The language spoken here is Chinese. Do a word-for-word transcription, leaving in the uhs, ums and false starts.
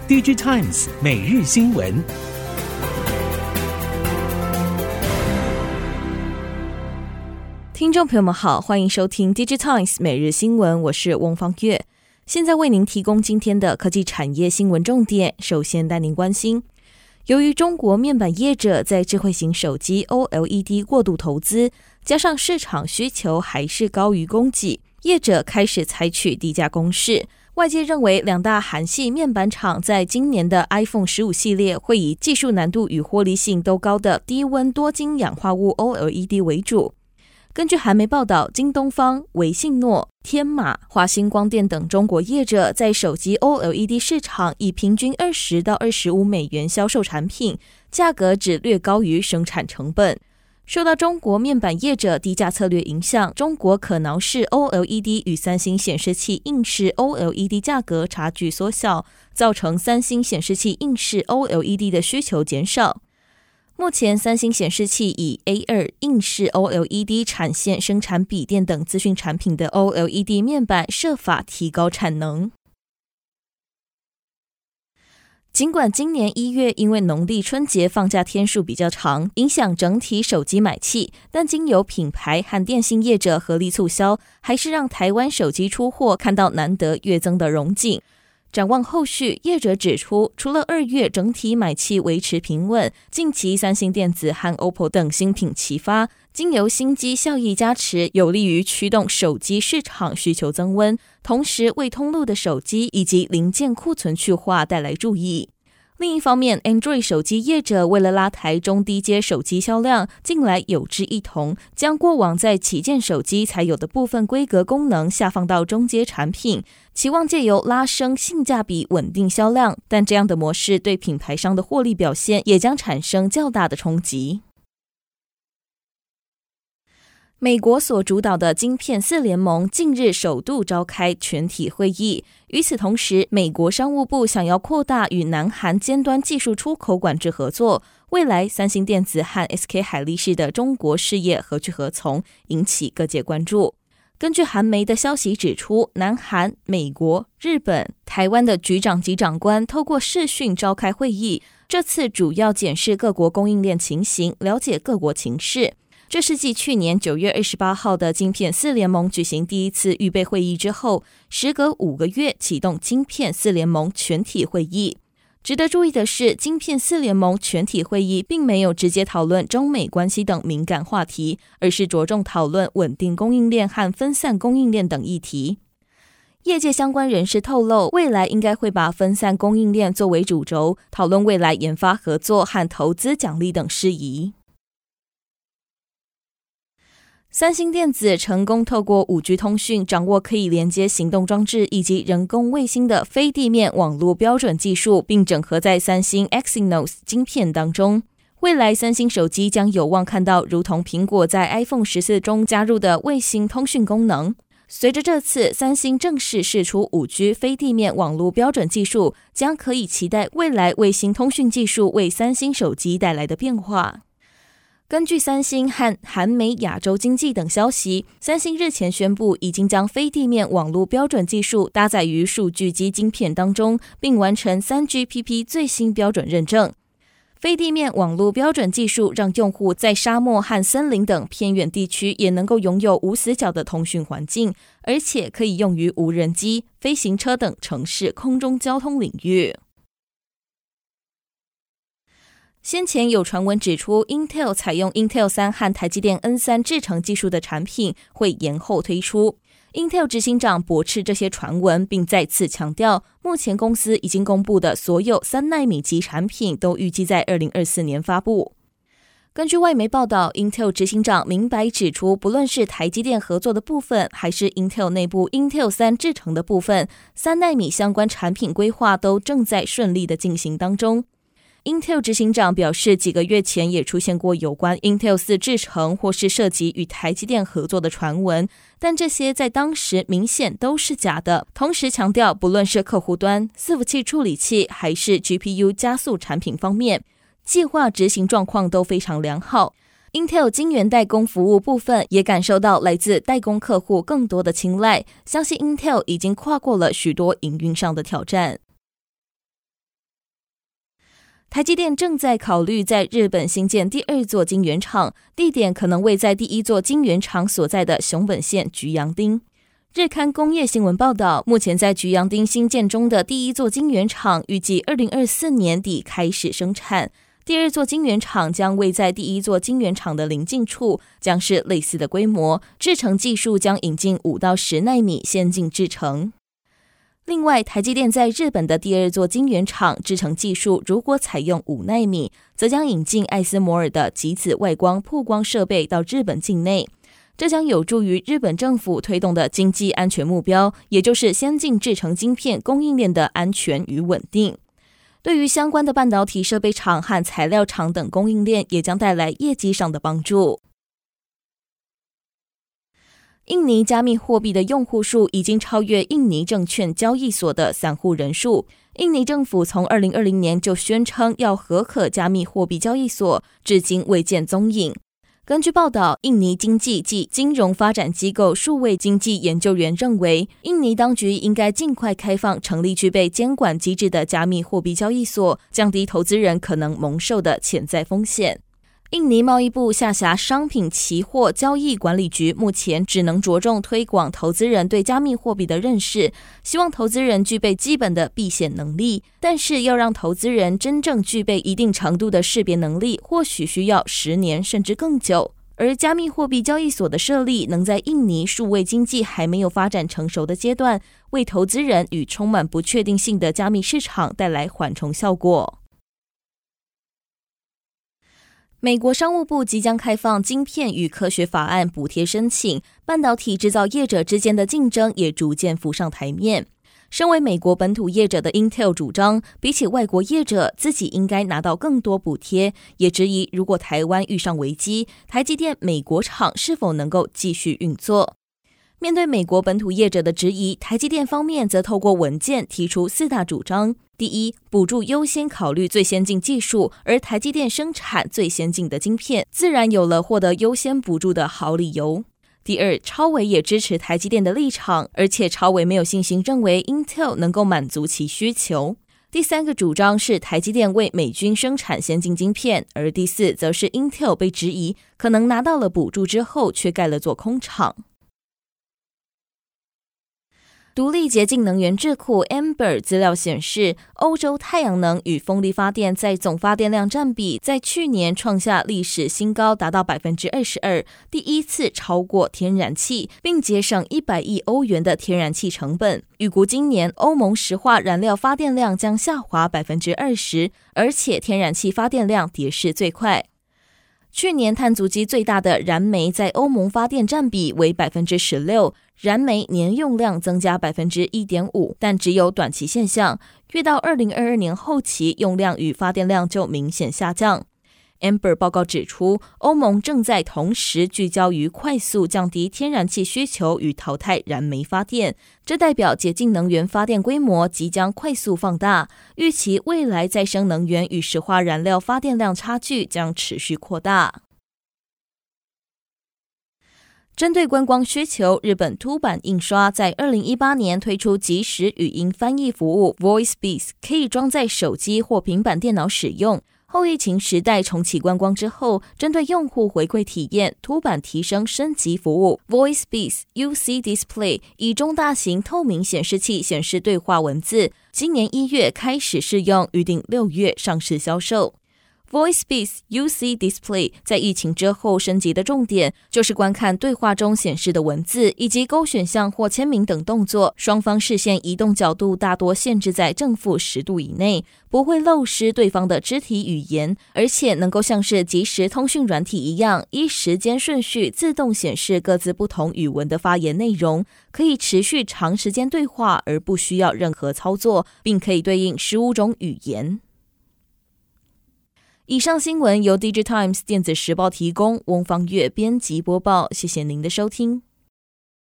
D J Times 每日新闻。 听众朋友们好，欢迎收听 D J Times 每日新闻，我是翁方月，现在为您提供今天的科技产业新闻重点。首先带您关心，由于中国面板业者在智慧型手机 O L E D 过度投资，加上市场需求还是高于供给，业者开始采取低价攻势。外界认为两大韩系面板厂在今年的 iPhone 十五系列会以技术难度与获利性都高的低温多晶氧化物 O L E D 为主。根据韩媒报道，京东方、微信诺、天马、华星光电等中国业者在手机 O L E D 市场以平均二十到二十五美元销售产品，价格只略高于生产成本。受到中国面板业者低价策略影响，中国可挠式 O L E D 与三星显示器硬式 O L E D 价格差距缩小，造成三星显示器硬式 O L E D 的需求减少。目前三星显示器以 A 二 硬式 O L E D 产线生产笔电等资讯产品的 O L E D 面板，设法提高产能。尽管今年一月因为农历春节放假天数比较长，影响整体手机买气，但经由品牌和电信业者合力促销，还是让台湾手机出货看到难得跃增的荣景。展望后续，业者指出，除了二月整体买气维持平稳，近期三星电子和 O P P O 等新品齐发，经由新机效益加持，有利于驱动手机市场需求增温，同时为通路的手机以及零件库存去化带来注意。另一方面 Android 手机业者为了拉抬中低阶手机销量，近来有志一同，将过往在旗舰手机才有的部分规格功能下放到中阶产品，期望借由拉升性价比稳定销量，但这样的模式对品牌商的获利表现也将产生较大的冲击。美国所主导的晶片四联盟近日首度召开全体会议，与此同时，美国商务部想要扩大与南韩尖端技术出口管制合作，未来三星电子和 S K 海力士的中国事业何去何从，引起各界关注。根据韩媒的消息指出，南韩、美国、日本、台湾的局长级长官透过视讯召开会议，这次主要检视各国供应链情形，了解各国情势。这是继去年九月二十八号的晶片四联盟举行第一次预备会议之后，时隔五个月启动晶片四联盟全体会议。值得注意的是，晶片四联盟全体会议并没有直接讨论中美关系等敏感话题，而是着重讨论稳定供应链和分散供应链等议题。业界相关人士透露，未来应该会把分散供应链作为主轴，讨论未来研发合作和投资奖励等事宜。三星电子成功透过 五 G 通讯掌握可以连接行动装置以及人工卫星的非地面网络标准技术，并整合在三星 Exynos 晶片当中。未来三星手机将有望看到如同苹果在 iPhone 十四中加入的卫星通讯功能。随着这次三星正式释出 五 G 非地面网络标准技术，将可以期待未来卫星通讯技术为三星手机带来的变化。根据三星和韩媒亚洲经济等消息，三星日前宣布已经将非地面网络标准技术搭载于数据机晶片当中，并完成 三 G P P 最新标准认证。非地面网络标准技术让用户在沙漠和森林等偏远地区也能够拥有无死角的通讯环境，而且可以用于无人机、飞行车等城市空中交通领域。先前有传闻指出 Intel 采用 Intel 三和台积电 N 三 制程技术的产品会延后推出。Intel 执行长驳斥这些传闻，并再次强调，目前公司已经公布的所有三奈米级产品都预计在二零二四年发布。根据外媒报道， Intel 执行长明白指出，不论是台积电合作的部分，还是 Intel 内部 Intel 三制程的部分，三奈米相关产品规划都正在顺利的进行当中。Intel 执行长表示，几个月前也出现过有关 Intel 四制程或是涉及与台积电合作的传闻，但这些在当时明显都是假的。同时强调，不论是客户端、伺服器处理器还是 G P U 加速产品方面，计划执行状况都非常良好。Intel 晶圆代工服务部分也感受到来自代工客户更多的青睐，相信 Intel 已经跨过了许多营运上的挑战。 台积电正在考虑在日本新建第二座晶圆厂，地点可能位在第一座晶圆厂所在的熊本县菊阳町。日刊工业新闻报道，目前在菊阳町新建中的第一座晶圆厂预计二零二四年底开始生产，第二座晶圆厂将位在第一座晶圆厂的邻近处，将是类似的规模，制程技术将引进五到十奈米先进制程。另外，台积电在日本的第二座晶圆厂制程技术如果采用五奈米，则将引进艾斯摩尔的极紫外光曝光设备到日本境内，这将有助于日本政府推动的经济安全目标，也就是先进制程晶片供应链的安全与稳定。对于相关的半导体设备厂和材料厂等供应链，也将带来业绩上的帮助。印尼加密货币的用户数已经超越印尼证券交易所的散户人数。印尼政府从二零二零年就宣称要核可加密货币交易所，至今未见踪影。根据报道，印尼经济及金融发展机构数位经济研究员认为，印尼当局应该尽快开放成立具备监管机制的加密货币交易所，降低投资人可能蒙受的潜在风险。印尼贸易部下辖商品期货交易管理局目前只能着重推广投资人对加密货币的认识，希望投资人具备基本的避险能力，但是要让投资人真正具备一定程度的识别能力，或许需要十年甚至更久。而加密货币交易所的设立，能在印尼数位经济还没有发展成熟的阶段，为投资人与充满不确定性的加密市场带来缓冲效果。美国商务部即将开放晶片与科学法案补贴申请，半导体制造业者之间的竞争也逐渐浮上台面。身为美国本土业者的 Intel 主张，比起外国业者，自己应该拿到更多补贴，也质疑如果台湾遇上危机，台积电美国厂是否能够继续运作。面对美国本土业者的质疑，台积电方面则透过文件提出四大主张。第一，补助优先考虑最先进技术，而台积电生产最先进的晶片，自然有了获得优先补助的好理由。第二，超微也支持台积电的立场，而且超微没有信心认为 Intel 能够满足其需求。第三个主张是台积电为美军生产先进晶片，而第四则是 Intel 被质疑可能拿到了补助之后却盖了座空厂。独立洁净能源智库 Amber 资料显示，欧洲太阳能与风力发电在总发电量占比在去年创下历史新高，达到 百分之二十二， 第一次超过天然气，并节省一百亿欧元的天然气成本。预估今年欧盟石化燃料发电量将下滑 百分之二十， 而且天然气发电量跌势最快。去年碳足迹最大的燃煤在欧盟发电占比为 百分之十六， 燃煤年用量增加 百分之一点五， 但只有短期现象，越到二零二二年后期，用量与发电量就明显下降。Amber 报告指出，欧盟正在同时聚焦于快速降低天然气需求与淘汰燃煤发电，这代表洁净能源发电规模即将快速放大，预期未来再生能源与石化燃料发电量差距将持续扩大。针对观光需求，日本凸版印刷在二零一八年推出即时语音翻译服务 VoiceBeats， 可以装在手机或平板电脑使用。后疫情时代重启观光之后，针对用户回馈体验，凸版提升升级服务 VoiceBeats U C Display， 以中大型透明显示器显示对话文字，今年一月开始试用，预定六月上市销售。VoiceBeats U C Display 在疫情之后升级的重点，就是观看对话中显示的文字，以及勾选项或签名等动作，双方视线移动角度大多限制在正负十度以内，不会漏失对方的肢体语言，而且能够像是即时通讯软体一样，依时间顺序自动显示各自不同语文的发言内容，可以持续长时间对话而不需要任何操作，并可以对应十五种语言。以上新闻由 D J Times 电子时报提供，翁方月编辑播报，谢谢您的收听。